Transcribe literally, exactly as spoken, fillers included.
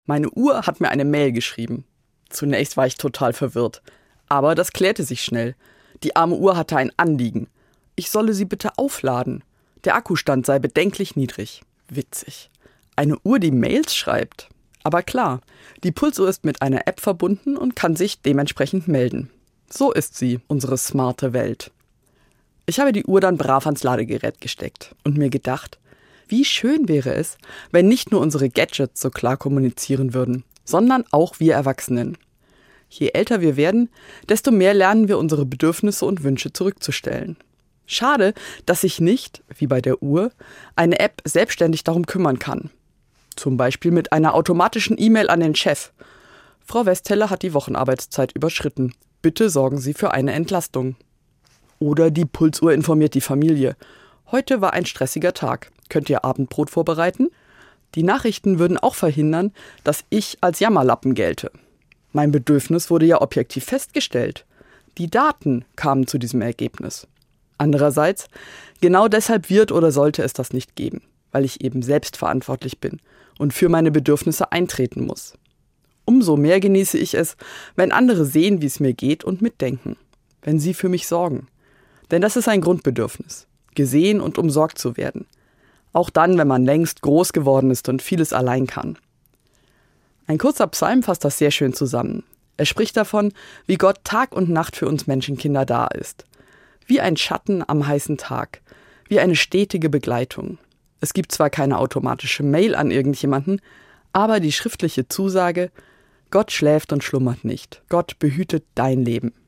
Meine Uhr hat mir eine Mail geschrieben. Zunächst war ich total verwirrt. Aber das klärte sich schnell. Die arme Uhr hatte ein Anliegen. Ich solle sie bitte aufladen. Der Akkustand sei bedenklich niedrig. Witzig. Eine Uhr, die Mails schreibt. Aber klar, die Pulsuhr ist mit einer App verbunden und kann sich dementsprechend melden. So ist sie, unsere smarte Welt. Ich habe die Uhr dann brav ans Ladegerät gesteckt und mir gedacht, wie schön wäre es, wenn nicht nur unsere Gadgets so klar kommunizieren würden, sondern auch wir Erwachsenen. Je älter wir werden, desto mehr lernen wir unsere Bedürfnisse und Wünsche zurückzustellen. Schade, dass sich nicht, wie bei der Uhr, eine App selbstständig darum kümmern kann. Zum Beispiel mit einer automatischen E-Mail an den Chef. Frau Westeller hat die Wochenarbeitszeit überschritten. Bitte sorgen Sie für eine Entlastung. Oder die Pulsuhr informiert die Familie. Heute war ein stressiger Tag. Könnt ihr Abendbrot vorbereiten? Die Nachrichten würden auch verhindern, dass ich als Jammerlappen gelte. Mein Bedürfnis wurde ja objektiv festgestellt. Die Daten kamen zu diesem Ergebnis. Andererseits, genau deshalb wird oder sollte es das nicht geben, weil ich eben selbst verantwortlich bin und für meine Bedürfnisse eintreten muss. Umso mehr genieße ich es, wenn andere sehen, wie es mir geht und mitdenken, wenn sie für mich sorgen. Denn das ist ein Grundbedürfnis, gesehen und umsorgt zu werden. Auch dann, wenn man längst groß geworden ist und vieles allein kann. Ein kurzer Psalm fasst das sehr schön zusammen. Er spricht davon, wie Gott Tag und Nacht für uns Menschenkinder da ist. Wie ein Schatten am heißen Tag, wie eine stetige Begleitung. Es gibt zwar keine automatische Mail an irgendjemanden, aber die schriftliche Zusage, Gott schläft und schlummert nicht. Gott behütet dein Leben.